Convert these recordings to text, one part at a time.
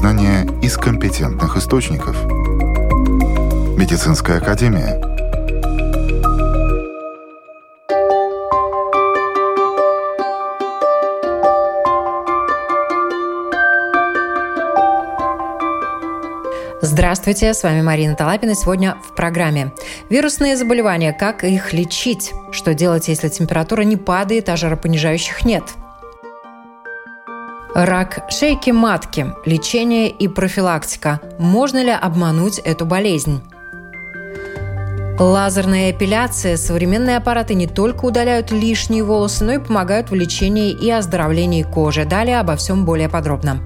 знания из компетентных источников. Медицинская академия. Здравствуйте, с вами Марина Талапина. Сегодня в программе «Вирусные заболевания. Как их лечить? Что делать, если температура не падает, а жаропонижающих нет?» Рак шейки матки. Лечение и профилактика. Можно ли обмануть эту болезнь? Лазерная эпиляция. Современные аппараты не только удаляют лишние волосы, но и помогают в лечении и оздоровлении кожи. Далее обо всем более подробно.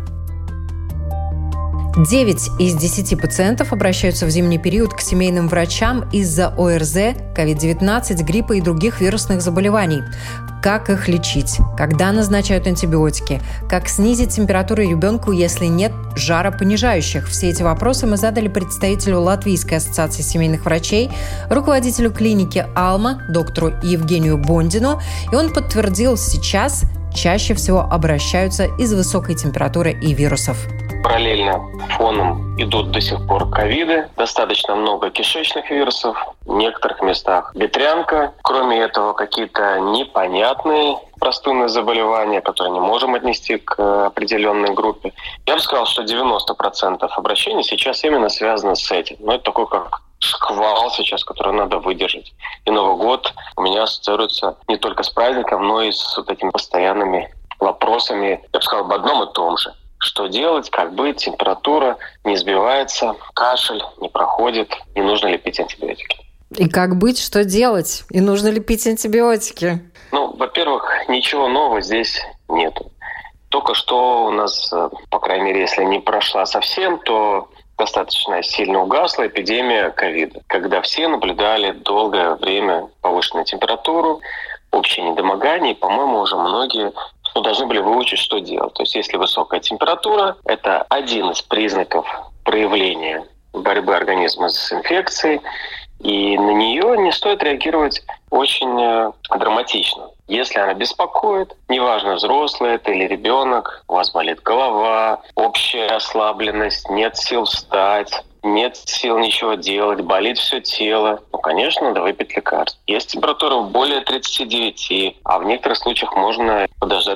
9 из 10 пациентов обращаются в зимний период к семейным врачам из-за ОРЗ, COVID-19, гриппа и других вирусных заболеваний. Как их лечить? Когда назначают антибиотики? Как снизить температуру ребенку, если нет жаропонижающих? Все эти вопросы мы задали представителю Латвийской ассоциации семейных врачей, руководителю клиники «Алма», доктору Евгению Бондину, и он подтвердил, сейчас чаще всего обращаются из-за высокой температуры и вирусов. Параллельно фоном идут до сих пор ковиды, достаточно много кишечных вирусов, в некоторых местах ветрянка. Кроме этого, какие-то непонятные простудные заболевания, которые не можем отнести к определенной группе. Я бы сказал, что 90% обращений сейчас именно связано с этим. Но это такой как шквал сейчас, который надо выдержать. И Новый год у меня ассоциируется не только с праздником, но и с вот этими постоянными вопросами, я бы сказал, об одном и том же. Что делать, как быть, температура не сбивается, кашель не проходит, не нужно ли пить антибиотики. И как быть, что делать? И нужно ли пить антибиотики? Во-первых, ничего нового здесь нету. Только что у нас, по крайней мере, если не прошла совсем, то достаточно сильно угасла эпидемия ковида, когда все наблюдали долгое время повышенную температуру, общее недомогание, и, по-моему, уже многие должны были выучить, что делать. То есть, если высокая температура, это один из признаков проявления борьбы организма с инфекцией, и на нее не стоит реагировать очень драматично. Если она беспокоит, неважно, взрослый это или ребенок, у вас болит голова, общая ослабленность, нет сил встать, нет сил ничего делать, болит все тело, конечно, надо выпить лекарство. Есть температура более 39, а в некоторых случаях можно подождать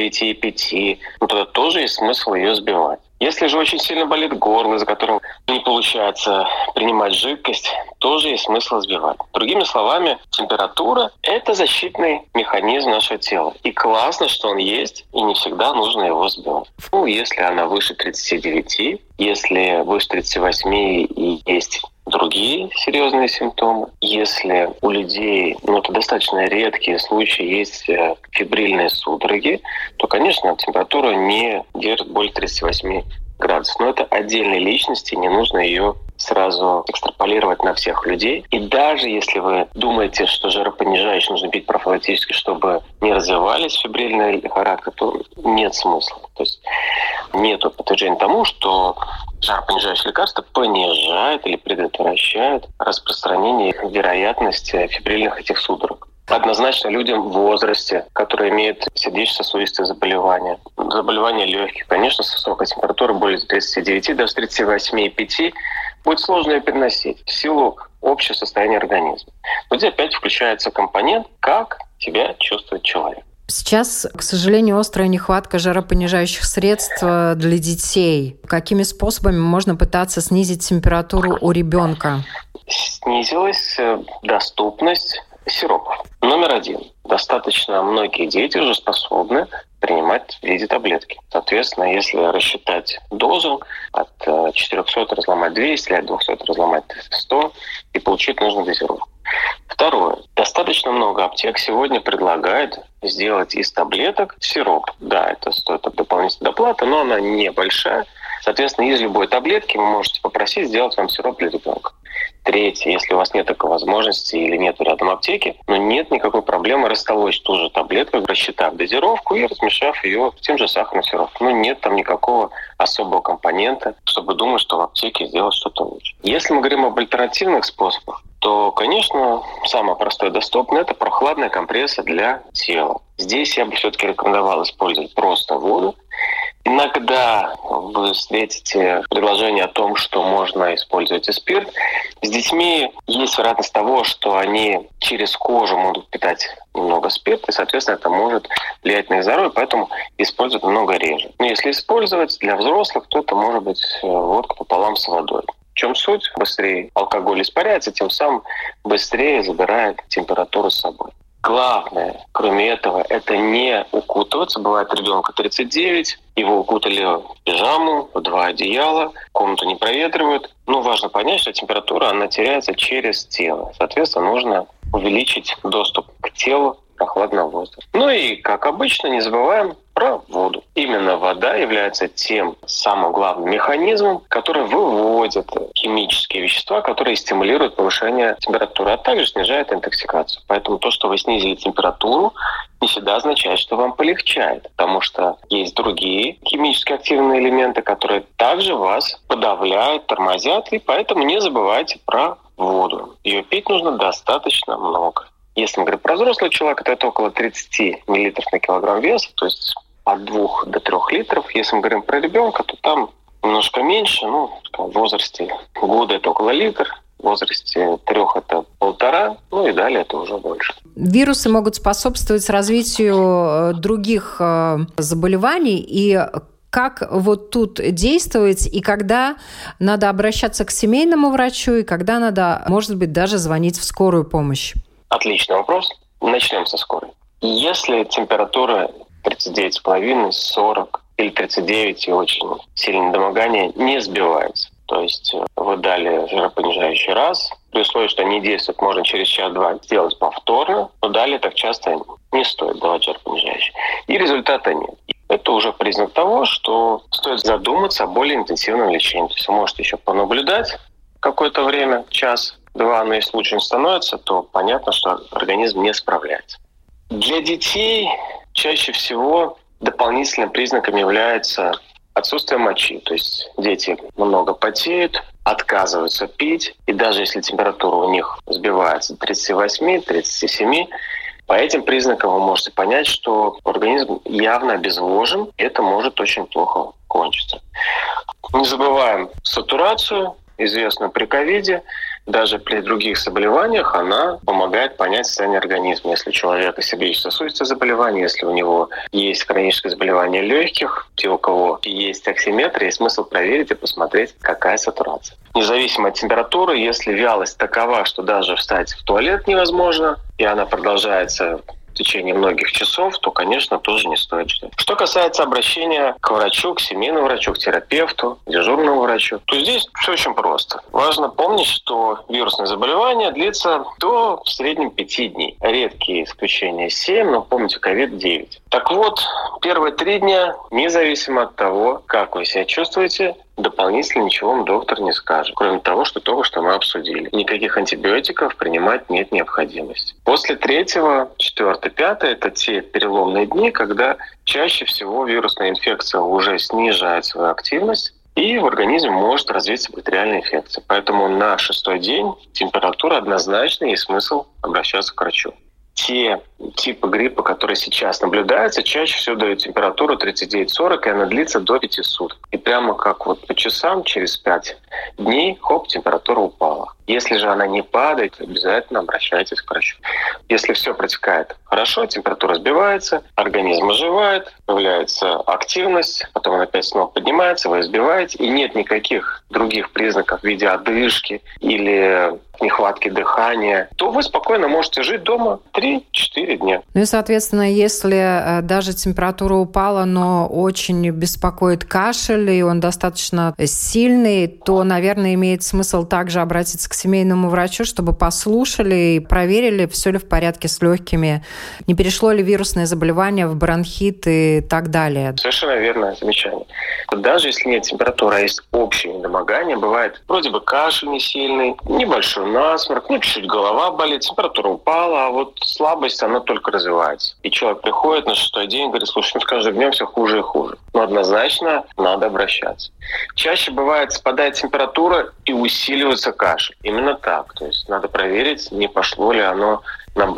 39,5, тогда тоже есть смысл ее сбивать. Если же очень сильно болит горло, из-за которого не получается принимать жидкость, тоже есть смысл сбивать. Другими словами, температура – это защитный механизм нашего тела. И классно, что он есть, и не всегда нужно его сбивать. Если она выше 39, если выше 38 и есть другие серьезные симптомы. Если у людей, это достаточно редкие случаи, есть фебрильные судороги, то, конечно, температура не держит более 38 градусов. Но это отдельной личности, не нужно ее сразу экстраполировать на всех людей. И даже если вы думаете, что жаропонижающие нужно пить профилактически, чтобы не развивались фебрильные лихорадки, то нет смысла. То есть нет подтверждения тому, что жаропонижающие лекарства понижают или предотвращают распространение вероятности фебрильных этих судорог. Однозначно людям в возрасте, которые имеют сердечно-сосудистые заболевания, заболевания легких, конечно, с высокой температурой, более 39, даже 38,5, будет сложно ее переносить в силу общего состояния организма. Вот здесь опять включается компонент, как себя чувствует человек. Сейчас, к сожалению, острая нехватка жаропонижающих средств для детей. Какими способами можно пытаться снизить температуру у ребенка? Снизилась доступность сиропов. Номер 1. Достаточно многие дети уже способны принимать в виде таблетки. Соответственно, если рассчитать дозу, от 400 разломать 200, от 200 разломать 100 и получить нужную дозировку. Второе. Достаточно много аптек сегодня предлагают сделать из таблеток сироп. Да, это стоит дополнительной доплаты, но она небольшая. Соответственно, из любой таблетки вы можете попросить сделать вам сироп для ребенка. Третье, если у вас нет такой возможности или нет рядом аптеки, но нет никакой проблемы растолочь ту же таблетку, рассчитав дозировку и размешав ее с тем же сахарным сиропом. Нет там никакого особого компонента, чтобы думать, что в аптеке сделать что-то лучше. Если мы говорим об альтернативных способах, то, конечно, самое простое и доступное – это прохладная компресса для тела. Здесь я бы все-таки рекомендовал использовать просто воду, Иногда вы встретите предложение о том, что можно использовать и спирт. С детьми есть вероятность того, что они через кожу могут впитать немного спирта, и, соответственно, это может влиять на их здоровье, поэтому используют намного реже. Но если использовать для взрослых, то это может быть водка пополам с водой. В чем суть? Быстрее алкоголь испаряется, тем самым быстрее забирает температуру с собой. Главное, кроме этого, это не укутываться. Бывает, ребенка 39, его укутали в пижаму, в 2 одеяла, комнату не проветривают. Но важно понять, что температура, она теряется через тело. Соответственно, нужно увеличить доступ к телу прохладного воздуха. Ну и, как обычно, не забываем про воду. Именно вода является тем самым главным механизмом, который выводит химические вещества, которые стимулируют повышение температуры, а также снижает интоксикацию. Поэтому то, что вы снизили температуру, не всегда означает, что вам полегчает, потому что есть другие химически активные элементы, которые также вас подавляют, тормозят, и поэтому не забывайте про воду. Ее пить нужно достаточно много. Если мы говорим про взрослого человека, то это около 30 мл на килограмм веса, то есть от 2 до 3 литров. Если мы говорим про ребенка, то там немножко меньше, в возрасте года это около литра, в возрасте 3 это 1,5, и далее это уже больше. Вирусы могут способствовать развитию других заболеваний, и как вот тут действовать, и когда надо обращаться к семейному врачу, и когда надо, может быть, даже звонить в скорую помощь? Отличный вопрос. Начнем со скорой. Если температура 39,5, 40 или 39 и очень сильное недомогание не сбивается, то есть вы дали жиропонижающий раз, при условии, что они действуют, можно через час-два сделать повторно, но далее так часто не стоит давать жиропонижающий. И результата нет. Это уже признак того, что стоит задуматься о более интенсивном лечении. То есть вы можете еще понаблюдать какое-то время, час-два, но если лучше не становится, то понятно, что организм не справляется. Для детей чаще всего дополнительным признаком является отсутствие мочи. То есть дети много потеют, отказываются пить, и даже если температура у них сбивается до 38-37, по этим признакам вы можете понять, что организм явно обезвожен, и это может очень плохо кончиться. Не забываем сатурацию, известную при ковиде. Даже при других заболеваниях она помогает понять состояние организма. Если у человека сердечно-сосудистые заболевания, если у него есть хроническое заболевание легких, те, у кого есть оксиметр, есть смысл проверить и посмотреть, какая сатурация. Независимо от температуры, если вялость такова, что даже встать в туалет невозможно, и она продолжается в течение многих часов, то, конечно, тоже не стоит ждать. Что касается обращения к врачу, к семейному врачу, к терапевту, дежурному врачу, то здесь все очень просто. Важно помнить, что вирусное заболевание длится до в среднем 5 дней. Редкие исключения 7, но помните, ковид 9. Так вот, первые 3 дня, независимо от того, как вы себя чувствуете, дополнительно ничего вам доктор не скажет, кроме того, что только что мы обсудили. Никаких антибиотиков принимать нет необходимости. После 3-го, 4-й, 5-й – это те переломные дни, когда чаще всего вирусная инфекция уже снижает свою активность, и в организме может развиться бактериальная инфекция. Поэтому на 6-й день температура однозначно, есть смысл обращаться к врачу. Те типы гриппа, которые сейчас наблюдаются, чаще всего дают температуру 39-40, и она длится до 5 суток. И прямо как вот по часам, через 5 дней, температура упала. Если же она не падает, обязательно обращайтесь к врачу. Если все протекает хорошо, температура сбивается, организм оживает, появляется активность, потом она опять снова поднимается, вы сбиваете, и нет никаких других признаков в виде одышки или нехватки дыхания, то вы спокойно можете жить дома 3-4 дня. Ну и, соответственно, если даже температура упала, но очень беспокоит кашель, и он достаточно сильный, то, наверное, имеет смысл также обратиться к семейному врачу, чтобы послушали и проверили, все ли в порядке с легкими, не перешло ли вирусное заболевание в бронхит и так далее. Совершенно верное замечание. Даже если нет температуры, а есть общее недомогание, бывает вроде бы кашель не сильный, небольшой насморк, чуть-чуть голова болит, температура упала, а вот слабость, она только развивается. И человек приходит на 6-й день и говорит: слушай, с каждым днем все хуже и хуже. Но однозначно надо обращаться. Чаще бывает, спадает температура и усиливается кашель. Именно так. То есть надо проверить, не пошло ли оно на бронхи.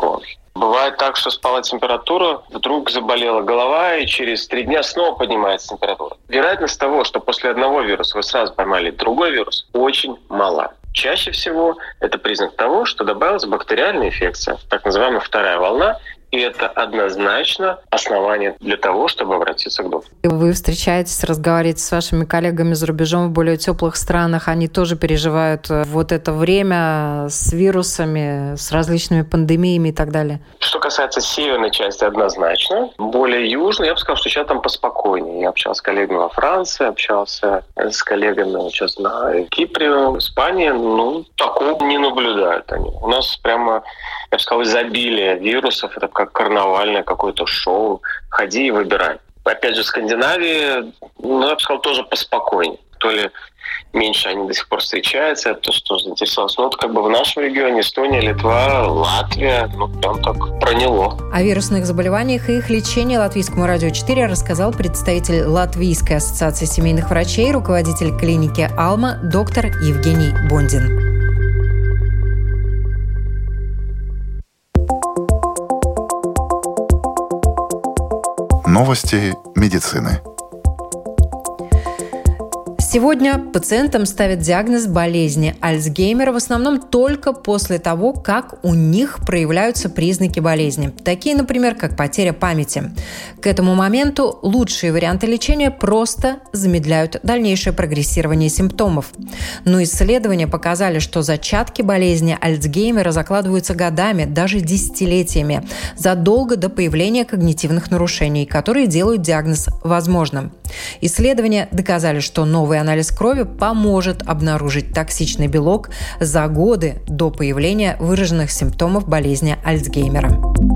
Бывает так, что спала температура, вдруг заболела голова, и через 3 дня снова поднимается температура. Вероятность того, что после одного вируса вы сразу поймали другой вирус, очень мала. Чаще всего это признак того, что добавилась бактериальная инфекция, так называемая вторая волна, и это однозначно основание для того, чтобы обратиться к доктору. Вы встречаетесь, разговариваете с вашими коллегами за рубежом в более теплых странах. Они тоже переживают вот это время с вирусами, с различными пандемиями и так далее. Что касается северной части, однозначно. Более южной, я бы сказал, что сейчас там поспокойнее. Я общался с коллегами во Франции, общался с коллегами сейчас на Кипре, в Испании. Такого не наблюдают они. У нас прямо, я бы сказал, изобилие вирусов. Это как карнавальное какое-то шоу. Ходи и выбирай. Опять же, в Скандинавии, я бы сказал, тоже поспокойнее. То ли меньше они до сих пор встречаются, это то, что заинтересовался. В нашем регионе Эстония, Литва, Латвия, прям так проняло. О вирусных заболеваниях и их лечении Латвийскому радио 4 рассказал представитель Латвийской ассоциации семейных врачей, руководитель клиники «Алма» доктор Евгений Бондин. Новости медицины. Сегодня пациентам ставят диагноз болезни Альцгеймера в основном только после того, как у них проявляются признаки болезни. Такие, например, как потеря памяти. К этому моменту лучшие варианты лечения просто замедляют дальнейшее прогрессирование симптомов. Но исследования показали, что зачатки болезни Альцгеймера закладываются годами, даже десятилетиями, задолго до появления когнитивных нарушений, которые делают диагноз возможным. Исследования доказали, что новый анализ крови поможет обнаружить токсичный белок за годы до появления выраженных симптомов болезни Альцгеймера.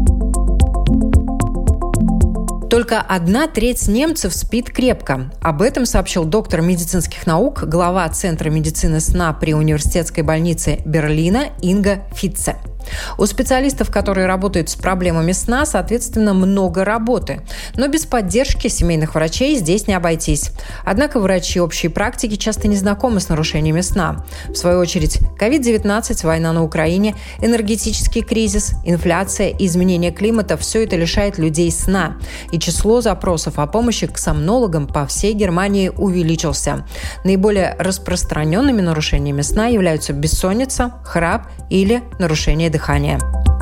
Только 1/3 немцев спит крепко. Об этом сообщил доктор медицинских наук, глава Центра медицины сна при университетской больнице Берлина Инга Фитце. У специалистов, которые работают с проблемами сна, соответственно, много работы. Но без поддержки семейных врачей здесь не обойтись. Однако врачи общей практики часто не знакомы с нарушениями сна. В свою очередь, COVID-19, война на Украине, энергетический кризис, инфляция и изменение климата – все это лишает людей сна. И число запросов о помощи к сомнологам по всей Германии увеличился. Наиболее распространенными нарушениями сна являются бессонница, храп или нарушение дыхания.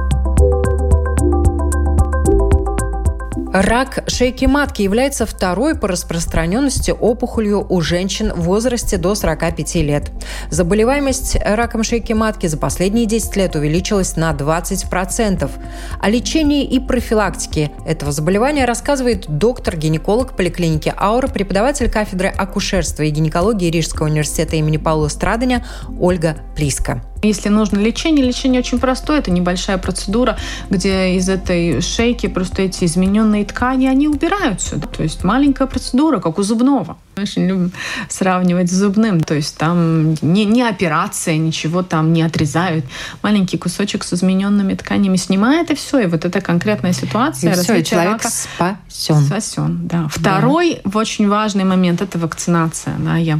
Рак шейки матки является второй по распространенности опухолью у женщин в возрасте до 45 лет. Заболеваемость раком шейки матки за последние 10 лет увеличилась на 20%. О лечении и профилактике этого заболевания рассказывает доктор-гинеколог поликлиники «Аура», преподаватель кафедры акушерства и гинекологии Рижского университета имени Паула Страдания Ольга Плиска. Если нужно лечение очень простое. Это небольшая процедура, где из этой шейки просто эти измененные ткани, они убираются. То есть маленькая процедура, как у зубного. Очень любим сравнивать с зубным. То есть там не операция, ничего там не отрезают. Маленький кусочек с измененными тканями снимает, и все. И вот это конкретная ситуация. И все, и человек спасен. Спасен, да. Второй очень важный момент – это вакцинация. Да, я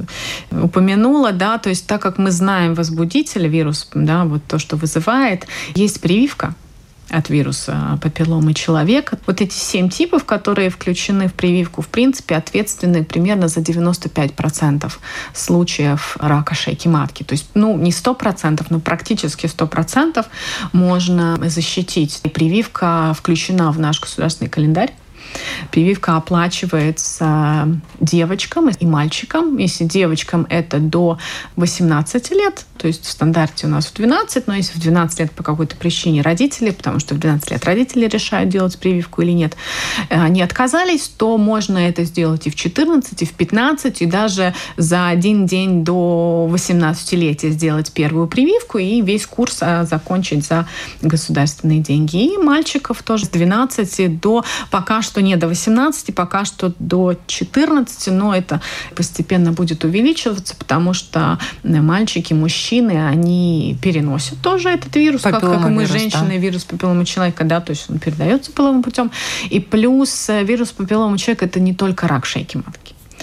упомянула, да, то есть так как мы знаем возбудитель вирус, да, вот то, что вызывает, есть прививка от вируса папилломы человека. Вот эти 7 типов, которые включены в прививку, в принципе, ответственны примерно за 95% случаев рака шейки матки. То есть, не 100%, но практически 100% можно защитить. И прививка включена в наш государственный календарь. Прививка оплачивается девочкам и мальчикам. Если девочкам это до 18 лет, то есть в стандарте у нас в 12, но если в 12 лет по какой-то причине родители, потому что в 12 лет родители решают, делать прививку или нет, они отказались, то можно это сделать и в 14, и в 15, и даже за один день до 18-летия сделать первую прививку и весь курс закончить за государственные деньги. И мальчиков тоже с 12 до пока что не до 18, пока что до 14, но это постепенно будет увеличиваться, потому что мальчики, мужчины, они переносят тоже этот вирус, как и мы, женщины, да. Вирус папилломы человека, да, то есть он передается половым путем. И плюс вирус папилломы человека – это не только рак шейки матки.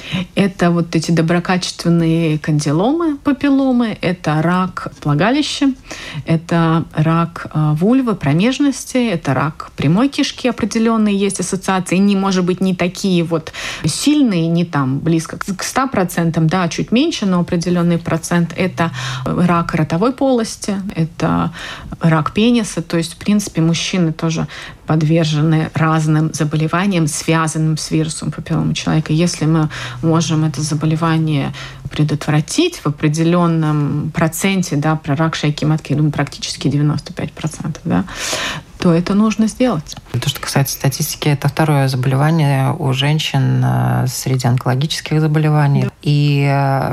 Это вот эти доброкачественные кандиломы, папилломы, это рак влагалища, это рак вульвы, промежности, это рак прямой кишки определенные, есть ассоциации, не может быть не такие вот сильные, не там близко к 100%, да, чуть меньше, но определенный процент. Это рак ротовой полости, это рак пениса, то есть, в принципе, мужчины тоже подвержены разным заболеваниям, связанным с вирусом папилломы человека. Если мы можем это заболевание предотвратить в определенном проценте, да, про рак шейки матки, я думаю, практически 95%, да, то это нужно сделать. То, что касается статистики, это второе заболевание у женщин среди онкологических заболеваний. Да. И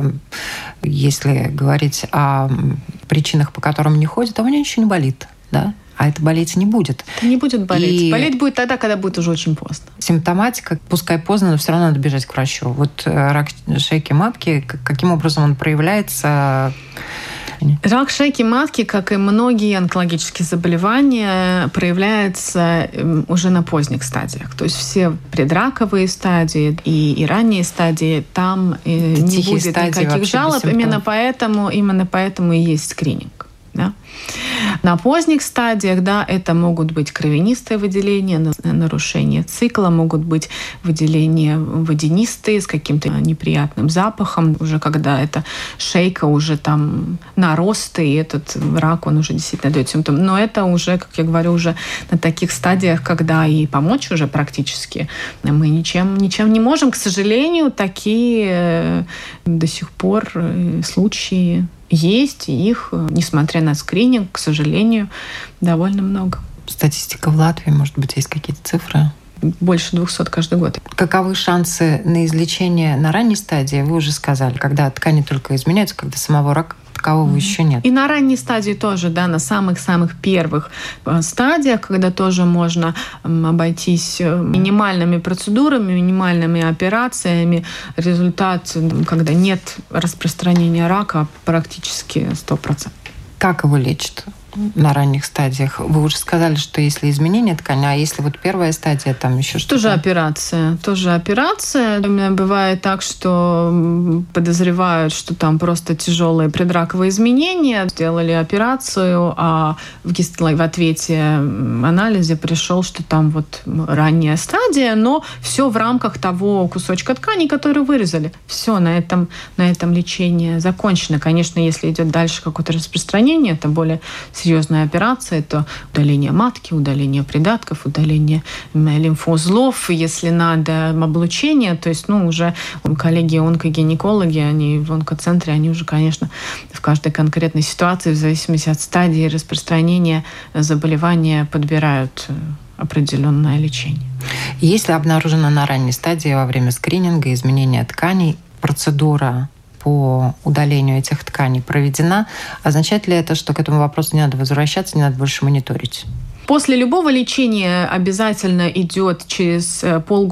если говорить о причинах, по которым не ходят, то у нее ничего не болит, да? А это болеть не будет. Это не будет болеть. Болеть будет тогда, когда будет уже очень поздно. Симптоматика, пускай поздно, но все равно надо бежать к врачу. Вот рак шейки матки, каким образом он проявляется? Рак шейки матки, как и многие онкологические заболевания, проявляется уже на поздних стадиях. То есть все предраковые стадии и ранние стадии, там не будет никаких жалоб. Именно поэтому и есть скрининг. Да? На поздних стадиях, да, это могут быть кровянистые выделения, нарушение цикла, могут быть выделения водянистые с каким-то неприятным запахом, уже когда эта шейка уже там наросты, и этот рак, он уже действительно дает симптомы. Но это уже, как я говорю, уже на таких стадиях, когда и помочь уже практически мы ничем не можем. К сожалению, такие до сих пор случаи есть, и их, несмотря на скрининг, к сожалению, довольно много. Статистика в Латвии, может быть, есть какие-то цифры? Больше 200 каждый год. Каковы шансы на излечение на ранней стадии? Вы уже сказали, когда ткани только изменяются, когда самого рака такового еще нет. И на ранней стадии тоже, да, на самых-самых первых стадиях, когда тоже можно обойтись минимальными процедурами, минимальными операциями. Результат, когда нет распространения рака, практически 100%. Как его лечат на ранних стадиях? Вы уже сказали, что если изменение ткани, а если вот первая стадия, там еще что-то? Тоже операция. У меня бывает так, что подозревают, что там просто тяжелые предраковые изменения. Сделали операцию, а в ответе анализе пришел, что там вот ранняя стадия, но все в рамках того кусочка ткани, который вырезали. Все, на этом лечение закончено. Конечно, если идет дальше какое-то распространение, это более серьезная операция, это удаление матки, удаление придатков, удаление лимфоузлов, если надо облучение, то есть, уже коллеги-онкогинекологи, они в онкоцентре, они уже, конечно, в каждой конкретной ситуации, в зависимости от стадии распространения заболевания, подбирают определенное лечение. Если обнаружено на ранней стадии во время скрининга изменения тканей, процедура по удалению этих тканей проведена, означает ли это, что к этому вопросу не надо возвращаться, не надо больше мониторить? После любого лечения обязательно идет через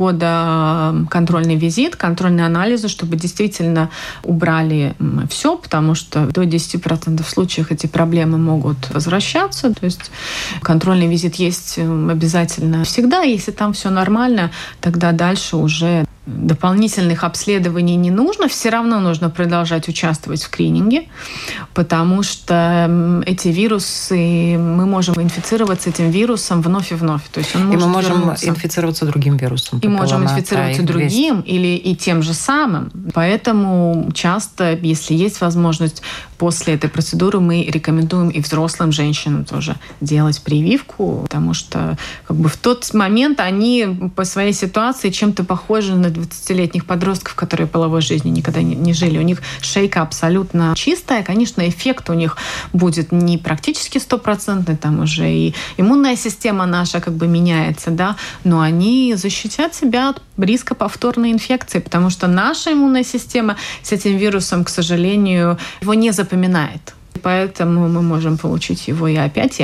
полгода контрольный визит, контрольные анализы, чтобы действительно убрали все, потому что до 10% случаев эти проблемы могут возвращаться. То есть контрольный визит есть обязательно всегда. Если там все нормально, тогда дальше уже дополнительных обследований не нужно. Все равно нужно продолжать участвовать в скрининге, потому что эти вирусы, мы можем инфицироваться этим вирусом вновь и вновь. То есть он может можем инфицироваться другим вирусом. И можем инфицироваться другим или и тем же самым. Поэтому часто, если есть возможность, после этой процедуры мы рекомендуем и взрослым женщинам тоже делать прививку, потому что в тот момент они по своей ситуации чем-то похожи на 20-летних подростков, которые половой жизнью никогда не жили. У них шейка абсолютно чистая. Конечно, эффект у них будет не практически 100%, там уже и иммунная система наша меняется, да, но они защитят себя от риска повторной инфекции, потому что наша иммунная система с этим вирусом, к сожалению, его не запоминает. Поэтому мы можем получить его и опять,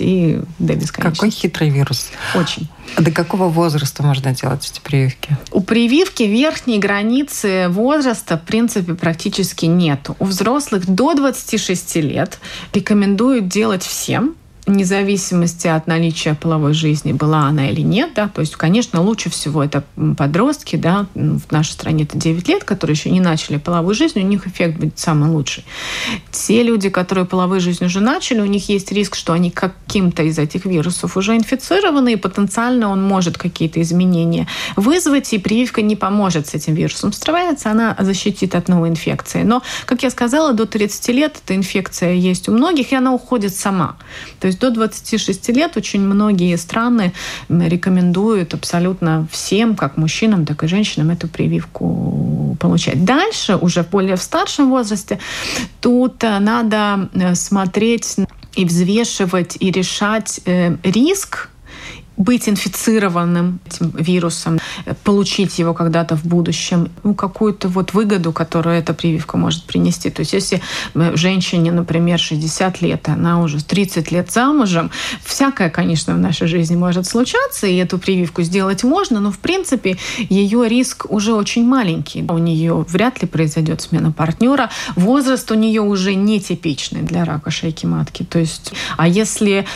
и до бесконечности. Какой хитрый вирус. Очень. А до какого возраста можно делать эти прививки? У прививки верхней границы возраста, в принципе, практически нет. У взрослых до 26 лет рекомендуют делать всем. вне зависимости от наличия половой жизни, была она или нет, да, то есть, конечно, лучше всего это подростки, да, в нашей стране это 9 лет, которые еще не начали половую жизнь, у них эффект будет самый лучший. Те люди, которые половую жизнь уже начали, у них есть риск, что они каким-то из этих вирусов уже инфицированы, и потенциально он может какие-то изменения вызвать, и прививка не поможет с этим вирусом справиться, она защитит от новой инфекции. Но, как я сказала, до 30 лет эта инфекция есть у многих, и она уходит сама. То есть до 26 лет очень многие страны рекомендуют абсолютно всем, как мужчинам, так и женщинам, эту прививку получать. Дальше, уже более в старшем возрасте, тут надо смотреть и взвешивать, и решать риск быть инфицированным этим вирусом, получить его когда-то в будущем, какую-то вот выгоду, которую эта прививка может принести. То есть если женщине, например, 60 лет, она уже 30 лет замужем, всякое, конечно, в нашей жизни может случаться, и эту прививку сделать можно, но, в принципе, ее риск уже очень маленький. У нее вряд ли произойдет смена партнера. Возраст у нее уже нетипичный для рака шейки матки. То есть, а если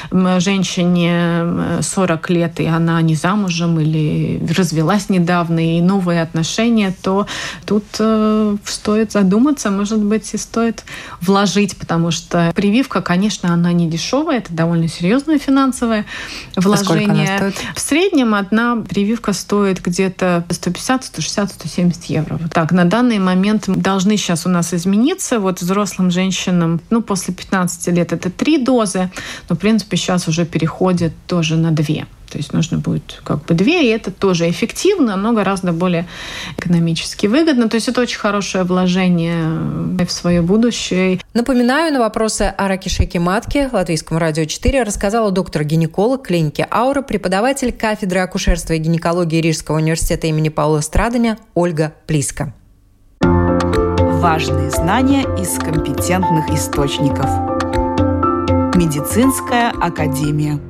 женщине 40 лет, и она не замужем или развелась недавно, и новые отношения, то тут стоит задуматься, может быть, и стоит вложить, потому что прививка, конечно, она не дешевая, это довольно серьезное финансовое вложение. Сколько она стоит? В среднем одна прививка стоит где-то 150, 160, 170 евро. Вот так, на данный момент должны сейчас у нас измениться. Вот взрослым женщинам, после 15 лет это 3 дозы, но, в принципе, сейчас уже переходит тоже на 2. То есть нужно будет 2, и это тоже эффективно, но гораздо более экономически выгодно. То есть это очень хорошее вложение в свое будущее. Напоминаю, на вопросы о раке шейки матки Латвийскому радио 4 рассказала доктор-гинеколог клиники «Аура», преподаватель кафедры акушерства и гинекологии Рижского университета имени Паула Страданя Ольга Плиска. Важные знания из компетентных источников. Медицинская академия.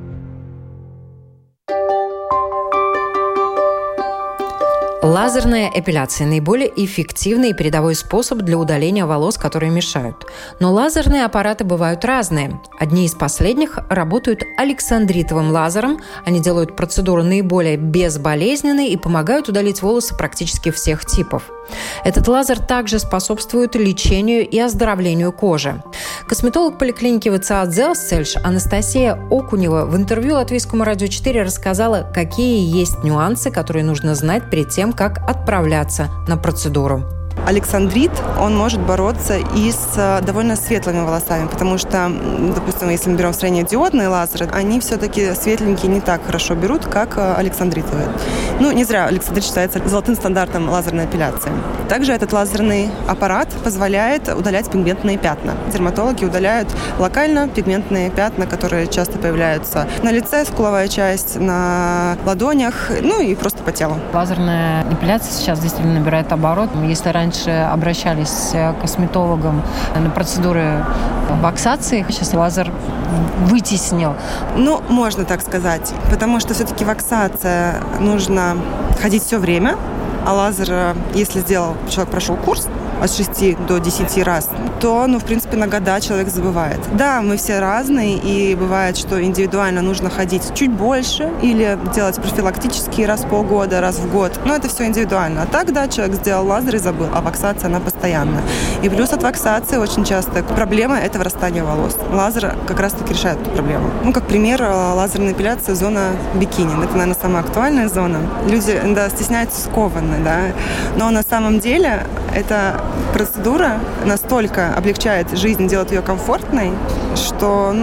Лазерная эпиляция – наиболее эффективный и передовой способ для удаления волос, которые мешают. Но лазерные аппараты бывают разные. Одни из последних работают александритовым лазером. Они делают процедуру наиболее безболезненной и помогают удалить волосы практически всех типов. Этот лазер также способствует лечению и оздоровлению кожи. Косметолог поликлиники ВЦА «Дзелсцельш» Анастасия Окунева в интервью Латвийскому радио 4 рассказала, какие есть нюансы, которые нужно знать перед тем, как отправляться на процедуру. Александрит, он может бороться и с довольно светлыми волосами, потому что, допустим, если мы берем среднедиодные лазеры, они все-таки светленькие не так хорошо берут, как александритовые. Не зря александрит считается золотым стандартом лазерной эпиляции. Также этот лазерный аппарат позволяет удалять пигментные пятна. Дерматологи удаляют локально пигментные пятна, которые часто появляются на лице, скуловая часть, на ладонях, и просто по телу. Лазерная эпиляция сейчас действительно набирает оборот. Если раньше обращались к косметологам на процедуры ваксации, сейчас лазер вытеснил. Можно так сказать, потому что все-таки ваксация нужно ходить все время, а лазер, если человек прошел курс от 6 до 10 раз, то, в принципе, на года человек забывает. Да, мы все разные, и бывает, что индивидуально нужно ходить чуть больше или делать профилактические раз в полгода, раз в год. Но это все индивидуально. А так, да, человек сделал лазер и забыл, а ваксация, она постоянная. И плюс от ваксации очень часто проблема – это вырастание волос. Лазер как раз-таки решает эту проблему. Как пример, лазерная эпиляция – зона бикини. Это, наверное, самая актуальная зона. Люди, стесняются, скованы, да. Но на самом деле это процедура настолько облегчает жизнь, делает ее комфортной, что,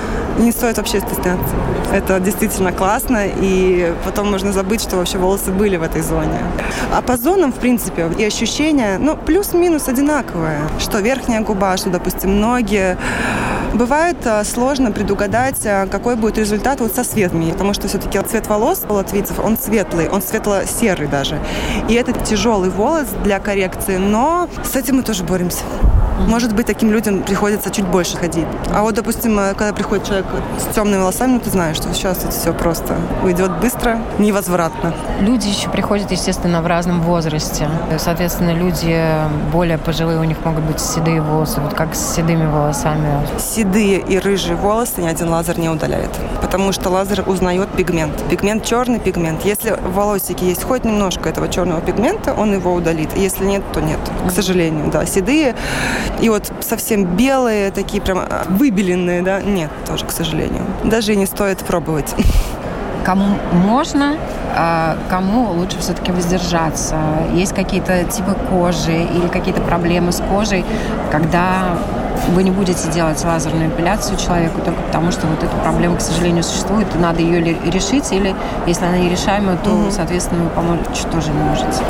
не стоит вообще стесняться. Это действительно классно, и потом можно забыть, что вообще волосы были в этой зоне. А по зонам, в принципе, и ощущения, плюс-минус одинаковые. Что верхняя губа, что, допустим, ноги. Бывает сложно предугадать, какой будет результат со светлыми, потому что все-таки цвет волос у латвийцев, он светлый, он светло-серый даже. И это тяжелый волос для коррекции, но с этим мы тоже боремся. Может быть, таким людям приходится чуть больше ходить. А вот, допустим, когда приходит человек с темными волосами, ты знаешь, что сейчас это все просто уйдет быстро, невозвратно. Люди еще приходят, естественно, в разном возрасте. Соответственно, люди более пожилые, у них могут быть седые волосы. Вот как с седыми волосами? Седые и рыжие волосы ни один лазер не удаляет. Потому что лазер узнает пигмент. Пигмент — черный пигмент. Если в волосике есть хоть немножко этого черного пигмента, он его удалит. Если нет, то нет. К сожалению, да. Седые и вот совсем белые, такие прям выбеленные, да, нет, тоже, к сожалению. Даже и не стоит пробовать. Кому можно, а кому лучше все-таки воздержаться? Есть какие-то типы кожи или какие-то проблемы с кожей, когда вы не будете делать лазерную эпиляцию человеку только потому, что вот эта проблема, к сожалению, существует, и надо ее решить, или если она нерешаемая, то, соответственно, вы помочь тоже не можете?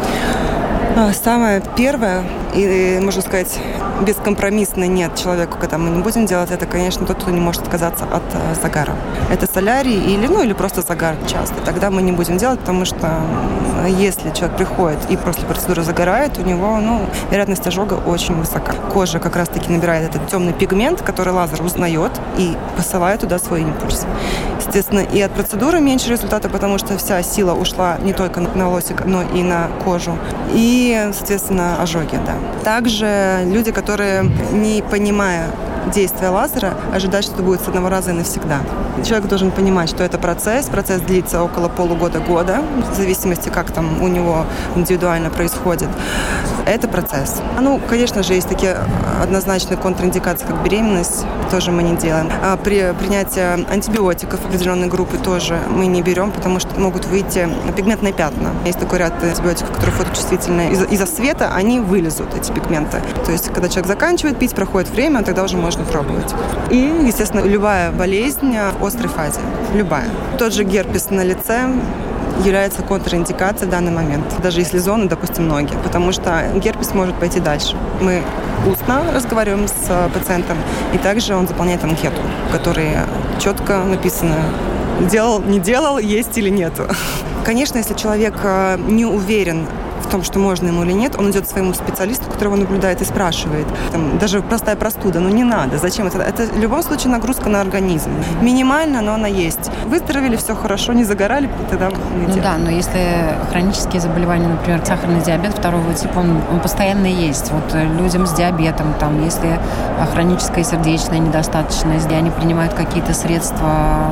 Самое первое, и, можно сказать, бескомпромиссно нет человеку, когда мы не будем делать это, конечно, тот, кто не может отказаться от загара. Это солярий или просто загар часто. Тогда мы не будем делать, потому что если человек приходит и после процедуры загорает, у него вероятность ожога очень высока. Кожа как раз-таки набирает этот темный пигмент, который лазер узнает и посылает туда свой импульс. Естественно, и от процедуры меньше результата, потому что вся сила ушла не только на волосик, но и на кожу. И, соответственно, ожоги, да. Также люди, которые, не понимая действия лазера, ожидают, что это будет с одного раза и навсегда. Человек должен понимать, что это процесс длится около полугода-года, в зависимости, как там у него индивидуально происходит. Это процесс. Конечно же, есть такие однозначные контраиндикации, как беременность, тоже мы не делаем. А при принятии антибиотиков определенной группы тоже мы не берем, потому что могут выйти пигментные пятна. Есть такой ряд антибиотиков, которые фоточувствительные. Из-за света они вылезут, эти пигменты. То есть, когда человек заканчивает пить, проходит время, тогда уже можно пробовать. И, естественно, любая болезнь в острой фазе. Любая. Тот же герпес на лице является контраиндикацией в данный момент. Даже если зоны, допустим, ноги. Потому что герпес может пойти дальше. Мы устно разговариваем с пациентом, и также он заполняет анкету, в которой четко написано: делал, не делал, есть или нету. Конечно, если человек не уверен в том, что можно ему или нет, он идет к своему специалисту, которого наблюдает, и спрашивает. Даже простая простуда, не надо. Зачем это? Это в любом случае нагрузка на организм. Минимально, но она есть. Выздоровели, все хорошо, не загорали, тогда не делаем. Да, но если хронические заболевания, например, сахарный диабет второго типа, он постоянно есть. Вот людям с диабетом, если хроническая сердечная недостаточность, они принимают какие-то средства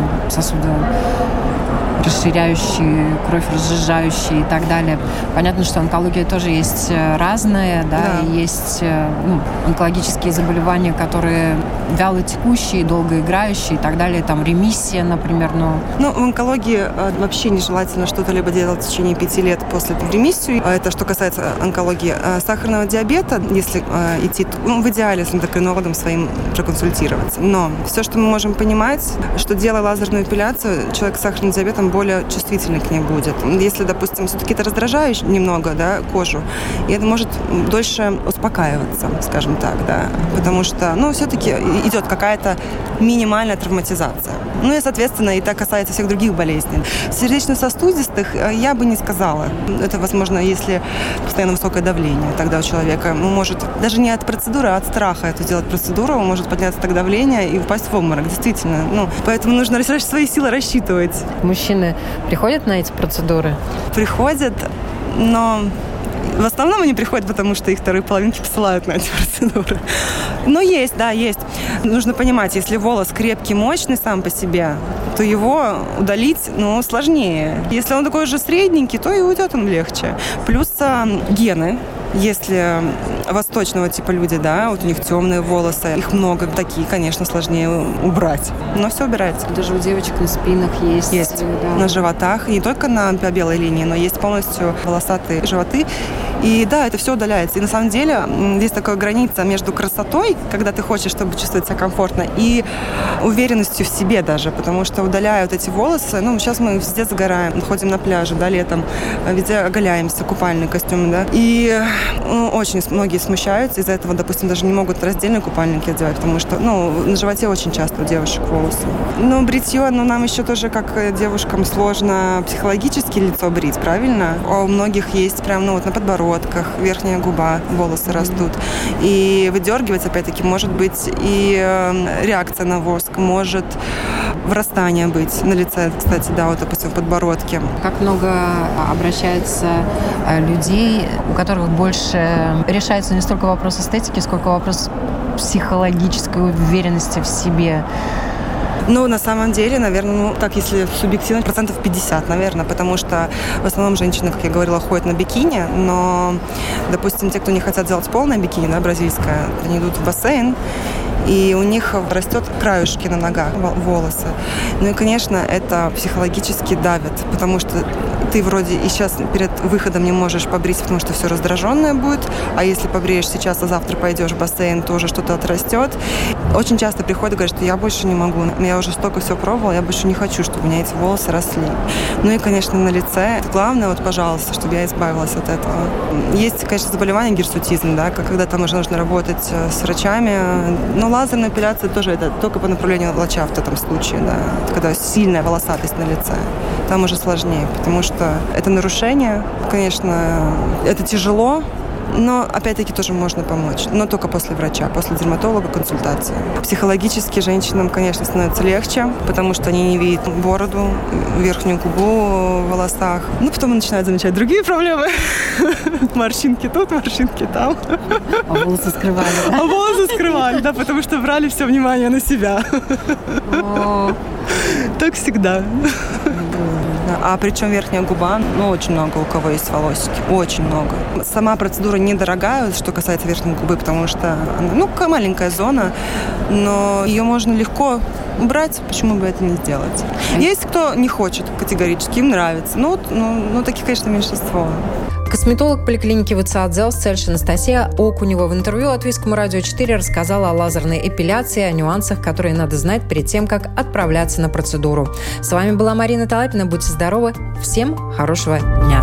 расширяющие, кровь разжижающие и так далее. Понятно, что онкология тоже есть разная, да. И есть онкологические заболевания, которые вялотекущие, долгоиграющие и так далее, ремиссия, например. В онкологии вообще нежелательно что-то либо делать в течение 5 лет после ремиссии. Это что касается онкологии. Сахарного диабета, если идти, в идеале с эндокринологом своим проконсультироваться. Но все, что мы можем понимать, что делая лазерную эпиляцию, человек с сахарным диабетом более чувствительный к ней будет. Если, допустим, все-таки это раздражаешь немного, кожу, и это может дольше успокаиваться, скажем так, потому что, все-таки идет какая-то минимальная травматизация. И, соответственно, это касается всех других болезней. Сердечно-сосудистых я бы не сказала. Это, возможно, если постоянно высокое давление, тогда у человека может, даже не от процедуры, а от страха эту сделать процедуру, может подняться так давление и упасть в обморок, действительно. Поэтому нужно свои силы рассчитывать. Мужчины приходят на эти процедуры? Приходят, но в основном они приходят, потому что их вторые половинки посылают на эти процедуры. Но есть. Нужно понимать, если волос крепкий, мощный сам по себе, то его удалить, сложнее. Если он такой же средненький, то и уйдет он легче. Плюс гены. Если восточного типа люди, вот у них темные волосы, их много, такие, конечно, сложнее убрать. Но все убирается. Даже у девочек на спинах есть. Есть. Да. На животах. И не только по белой линии, но есть полностью волосатые животы. И это все удаляется. И на самом деле здесь такая граница между красотой, когда ты хочешь, чтобы чувствовать себя комфортно, и уверенностью в себе даже. Потому что удаляя эти волосы, сейчас мы везде загораем, ходим на пляже, летом, везде оголяемся, купальный костюм, И очень многие смущаются, из-за этого, допустим, даже не могут раздельные купальники одевать, потому что, на животе очень часто у девушек волосы. Бритье, нам еще тоже, как девушкам, сложно психологически лицо брить, правильно? А у многих есть прям, на подбородке подбородках, верхняя губа, волосы растут. И выдергивать, опять-таки, может быть и реакция на воск, может врастание быть на лице, кстати, да, вот, допустим, в подбородке. Как много обращается людей, у которых больше решается не столько вопрос эстетики, сколько вопрос психологической уверенности в себе? Ну, на самом деле, наверное, так, если субъективно, 50%, наверное, потому что в основном женщины, как я говорила, ходят на бикини, но, допустим, те, кто не хотят делать полное бикини, да, бразильское, они идут в бассейн, и у них растет краюшки на ногах, волосы. Ну и, конечно, это психологически давит, потому что ты вроде и сейчас перед выходом не можешь побрить, потому что все раздраженное будет, а если побреешь сейчас, а завтра пойдешь в бассейн, то уже что-то отрастет. Очень часто приходят и говорят, что я больше не могу, я уже столько все пробовала, я больше не хочу, чтобы у меня эти волосы росли. Ну и, конечно, на лице. Главное, вот, пожалуйста, чтобы я избавилась от этого. Есть, конечно, заболевание гирсутизм, да, когда там уже нужно работать с врачами, но лазерная эпиляция тоже это только по направлению лача в этом случае, да, когда сильная волосатость на лице. Там уже сложнее, потому что это нарушение, конечно, это тяжело, но, опять-таки, тоже можно помочь. Но только после врача, после дерматолога, консультации. Психологически женщинам, конечно, становится легче, потому что они не видят бороду, верхнюю губу в волосах. Ну, потом начинают замечать другие проблемы. Морщинки тут, морщинки там. А волосы скрывали, да? А волосы скрывали, да, потому что брали все внимание на себя. Так всегда. А причем верхняя губа, ну, очень много у кого есть волосики. Очень много. Сама процедура недорогая, что касается верхней губы, потому что она, ну, маленькая зона, но ее можно легко убрать, почему бы это не сделать. Есть кто не хочет категорически, им нравится. Ну, таких, конечно, меньшинство. Косметолог поликлиники ВЦА Цельш Анастасия Окунева в интервью Латвийскому радио 4 рассказала о лазерной эпиляции, о нюансах, которые надо знать перед тем, как отправляться на процедуру. С вами была Марина Талапина. Будьте здоровы. Всем хорошего дня.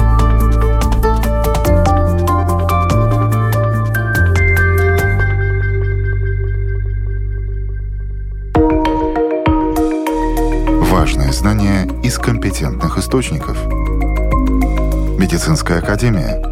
Важные знания из компетентных источников. Медицинская академия.